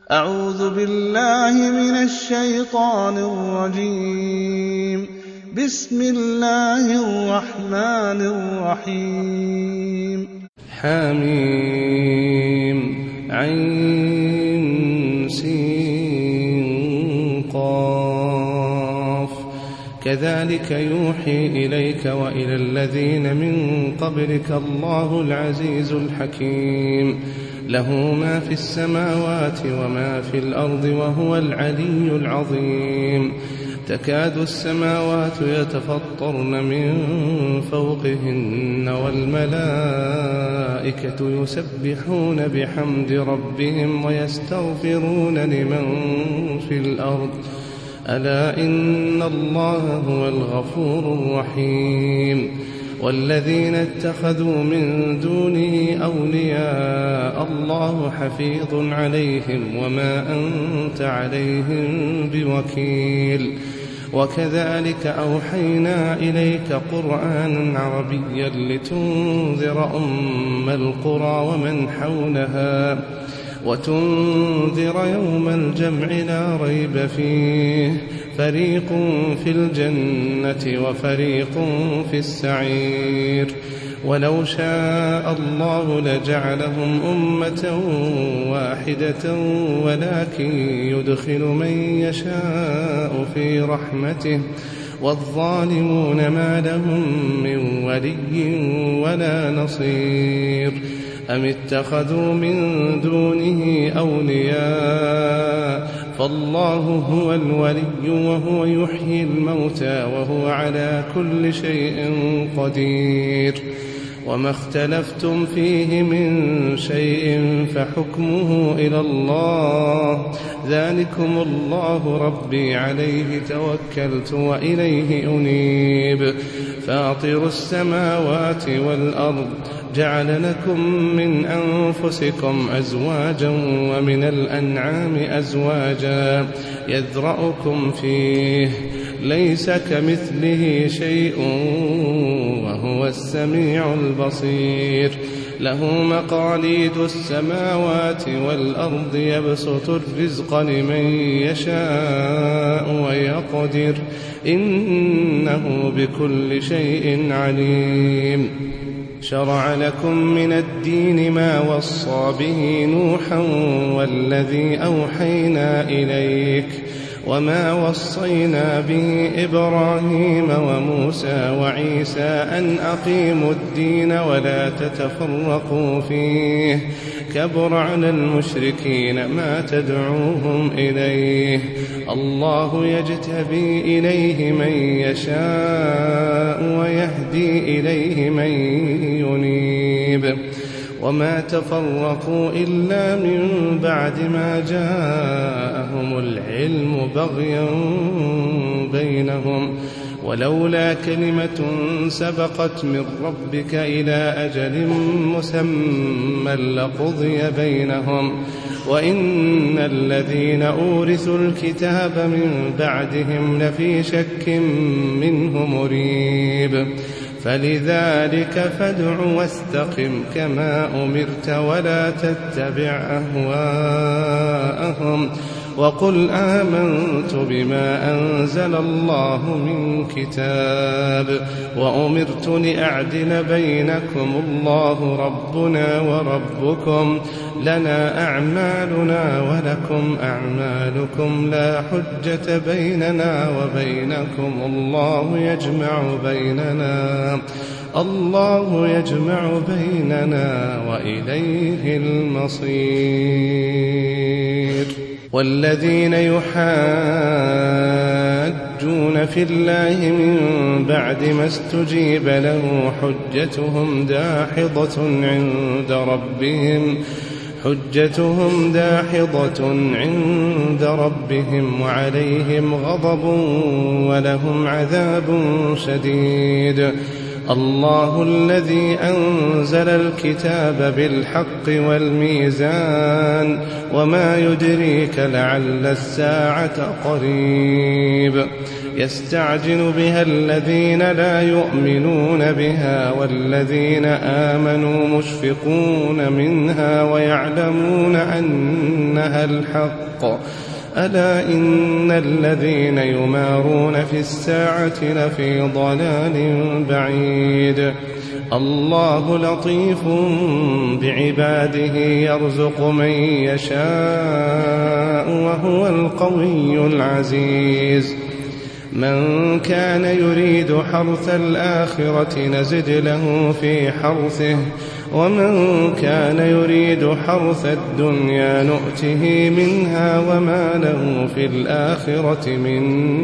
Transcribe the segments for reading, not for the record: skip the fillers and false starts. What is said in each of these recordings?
أعوذ بالله من الشيطان الرجيم. بسم الله الرحمن الرحيم. حميم عين سين قاف كذلك يوحي إليك وإلى الذين من قبلك الله العزيز الحكيم له ما في السماوات وما في الأرض وهو العلي العظيم. تكاد السماوات يتفطرن من فوقهن والملائكة يسبحون بحمد ربهم ويستغفرون لمن في الأرض ألا إن الله هو الغفور الرحيم. والذين اتخذوا من دونه أولياء الله حفيظ عليهم وما أنت عليهم بوكيل. وكذلك أوحينا إليك قرآنا عربيا لتنذر أم القرى ومن حولها وتنذر يوم الجمع لا ريب فيه فريق في الجنة وفريق في السعير. ولو شاء الله لجعلهم أمة واحدة ولكن يدخل من يشاء في رحمته والظالمون ما لهم من ولي ولا نصير. أم اتخذوا من دونه أولياء فالله هو الولي وهو يحيي الموتى وهو على كل شيء قدير. وما اختلفتم فيه من شيء فحكمه إلى الله ذلكم الله ربي عليه توكلت وإليه أنيب. فاطر السماوات والأرض جعل لكم من أنفسكم أزواجا ومن الأنعام أزواجا يذرأكم فيه ليس كمثله شيء وهو السميع البصير. له مقاليد السماوات والأرض يبسط الرزق لمن يشاء ويقدر إنه بكل شيء عليم. شرع لكم من الدين ما وصى به نوحا والذي أوحينا إليك وما وصينا به إبراهيم وموسى وعيسى أن أقيموا الدين ولا تتفرقوا فيه كبر على المشركين ما تدعوهم إليه. الله يجتبي إليه من يشاء ويهدي إليه من ينيب. وما تفرقوا إلا من بعد ما جاءهم العلم بغيا بينهم ولولا كلمة سبقت من ربك إلى أجل مسمى لقضي بينهم وإن الذين أورثوا الكتاب من بعدهم لفي شك منه مريب. فلذلك فادع واستقم كما أمرت ولا تتبع أهواءهم وقل آمنت بما أنزل الله من كتاب وأمرت لأعدل بينكم الله ربنا وربكم لنا أعمالنا ولكم أعمالكم لا حجة بيننا وبينكم الله يجمع بيننا وإليه المصير. والذين يحاجون في الله من بعد ما استجيب له حجتهم داحضة عند ربهم وعليهم غضب ولهم عذاب شديد. الله الذي أنزل الكتاب بالحق والميزان وما يدريك لعل الساعة قريب يستعجل بها الذين لا يؤمنون بها والذين آمنوا مشفقون منها ويعلمون أنها الحق ألا إن الذين يمارون في الساعة لفي ضلال بعيد الله لطيف بعباده يرزق من يشاء وهو القوي العزيز من كان يريد حرث الآخرة نزد له في حرثه ومن كان يريد حرث الدنيا نؤته منها وما له في الآخرة من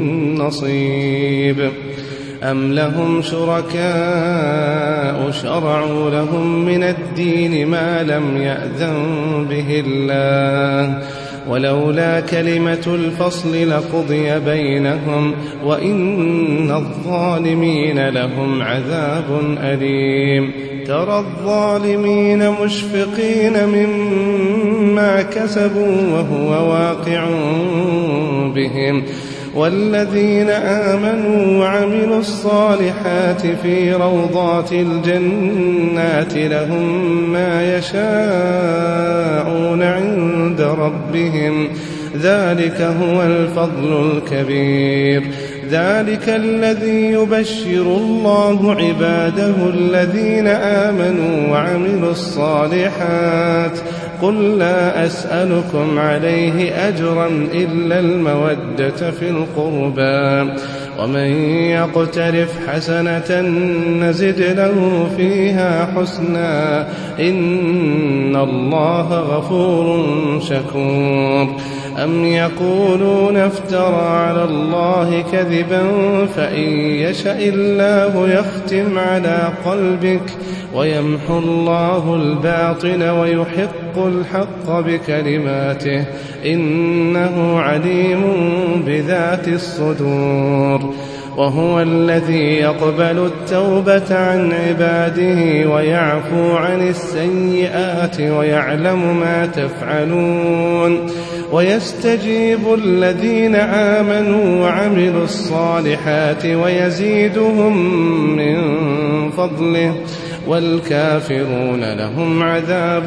نصيب أم لهم شركاء شرعوا لهم من الدين ما لم يأذن به الله ولولا كلمة الفصل لقضي بينهم وإن الظالمين لهم عذاب أليم ترى الظالمين مشفقين مما كسبوا وهو واقع بهم والذين آمنوا وعملوا الصالحات في روضات الجنات لهم ما يشاءون عند ربهم ذلك هو الفضل الكبير ذلك الذي يبشر الله عباده الذين آمنوا وعملوا الصالحات قل لا أسألكم عليه أجرا إلا المودة في القربى ومن يقترف حسنة نزد له فيها حسنا إن الله غفور شكور أم يقولون افترى على الله كذبا فإن يشأ الله يختم على قلبك ويمحو الله الباطل ويحق الحق بكلماته إنه عليم بذات الصدور وهو الذي يقبل التوبة عن عباده ويعفو عن السيئات ويعلم ما تفعلون ويستجيب الذين آمنوا وعملوا الصالحات ويزيدهم من فضله والكافرون لهم عذاب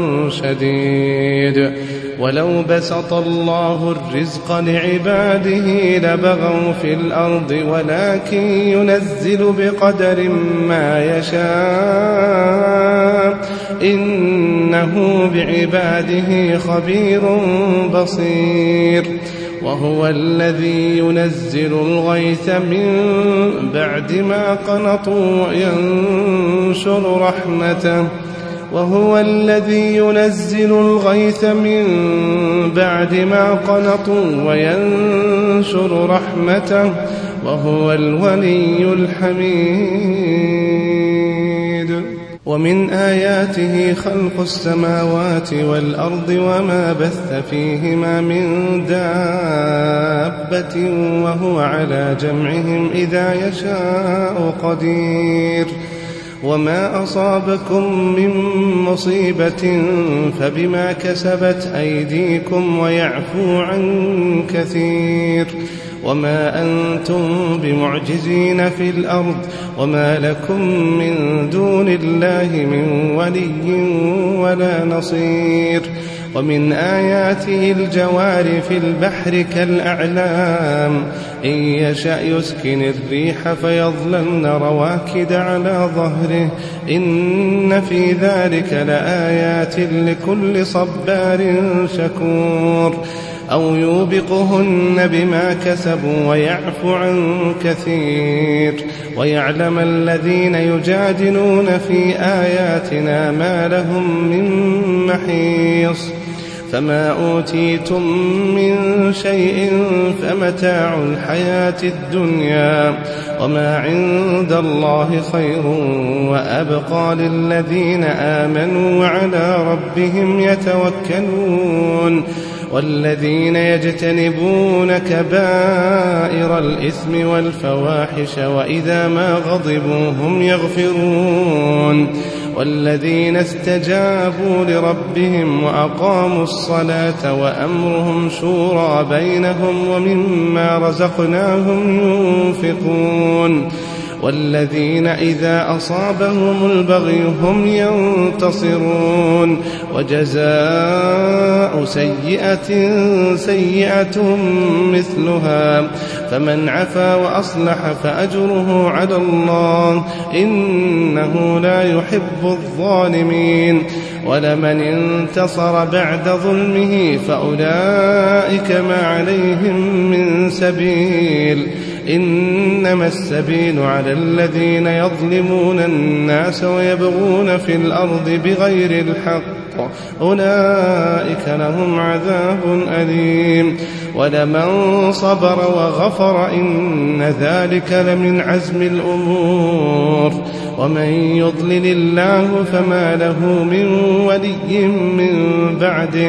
شديد ولو بسط الله الرزق لعباده لبغوا في الأرض ولكن ينزل بقدر ما يشاء إنه بعباده خبير بصير وهو الذي ينزل الغيث من بعد ما قنطوا وينشر رحمته وهو الذي ينزل الغيث من بعد ما قنطوا وينشر رحمته وهو الولي الحميد ومن آياته خلق السماوات والأرض وما بث فيهما من دابة وهو على جمعهم إذا يشاء قدير وما أصابكم من مصيبة فبما كسبت أيديكم ويعفو عن كثير وما أنتم بمعجزين في الأرض وما لكم من دون الله من ولي ولا نصير ومن آياته الجوار في البحر كالأعلام إن يشأ يسكن الريح فيظللن رواكد على ظهره إن في ذلك لآيات لكل صبار شكور أو يوبقهن بما كسبوا ويعفو عن كثير ويعلم الذين يجادلون في آياتنا ما لهم من محيص فما أوتيتم من شيء فمتاع الحياة الدنيا وما عند الله خير وأبقى للذين آمنوا وعلى ربهم يتوكلون والذين يجتنبون كبائر الإثم والفواحش وإذا ما غضبوا هم يغفرون والذين استجابوا لربهم وأقاموا الصلاة وأمرهم شورى بينهم ومما رزقناهم ينفقون والذين إذا أصابهم البغي هم ينتصرون وجزاء سيئة سيئة مثلها فمن عفا وأصلح فأجره على الله إنه لا يحب الظالمين ولمن انتصر بعد ظلمه فأولئك ما عليهم من سبيل إنما السبيل على الذين يظلمون الناس ويبغون في الأرض بغير الحق أولئك لهم عذاب أليم ولمن صبر وغفر إن ذلك لمن عزم الأمور ومن يضلل الله فما له من ولي من بعده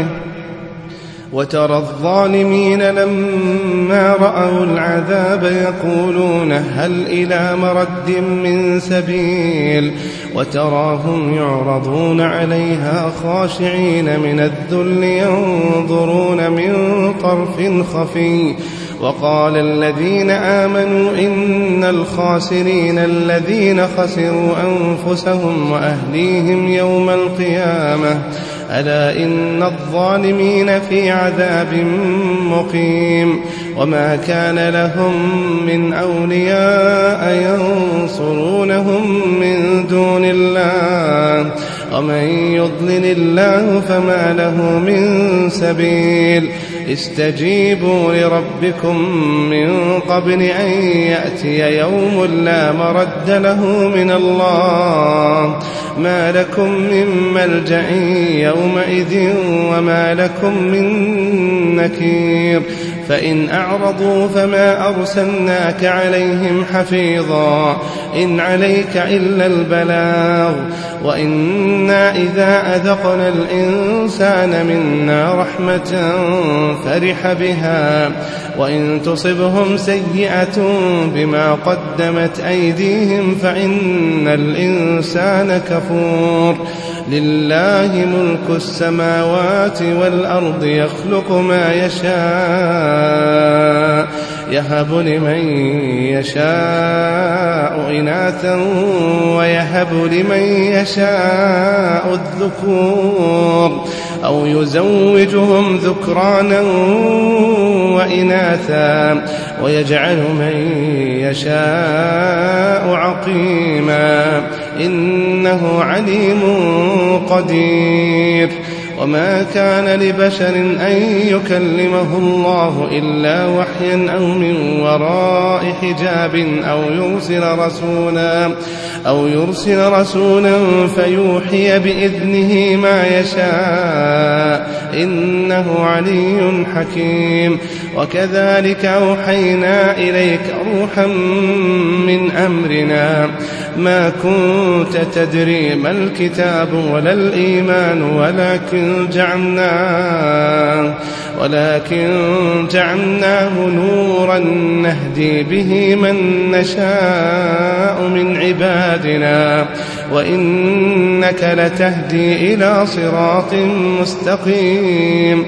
وترى الظالمين لما رأوا العذاب يقولون هل إلى مرد من سبيل وتراهم يعرضون عليها خاشعين من الذل ينظرون من طرف خفي وقال الذين آمنوا إن الخاسرين الذين خسروا أنفسهم وأهليهم يوم القيامة ألا إن الظالمين في عذاب مقيم وما كان لهم من أولياء ينصرونهم من دون الله ومن يضلل الله فما له من سبيل استجيبوا لربكم من قبل أن يأتي يوم لا مرد له من الله ما لكم من ملجأ يومئذ وما لكم من نكير فإن أعرضوا فما أرسلناك عليهم حفيظا إن عليك إلا البلاغ وإنا إذا أذقنا الإنسان منا رحمة فرح بها وإن تصبهم سيئة بما قدمت أيديهم فإن الإنسان كفور لله ملك السماوات والأرض يخلق ما يشاء يهب لمن يشاء إناثا ويهب لمن يشاء الذكور أو يزوجهم ذكرانا وإناثا ويجعل من يشاء عقيما إنه عليم قدير وما كان لبشر أن يكلمه الله إلا وحيا أو من وراء حجاب أو يرسل رسولا فيوحي بإذنه ما يشاء إنه علي حكيم وكذلك أوحينا إليك روحا من أمرنا ما كنت تدري ما الكتاب ولا الإيمان ولكن جعلناه نورا نهدي به من نشاء من عبادنا وإنك لتهدي إلى صراط مستقيم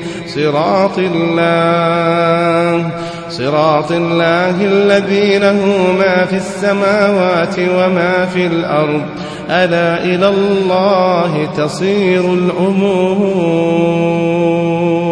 صراط الله الذي له ما في السماوات وما في الأرض ألا إلى الله تصير الأمور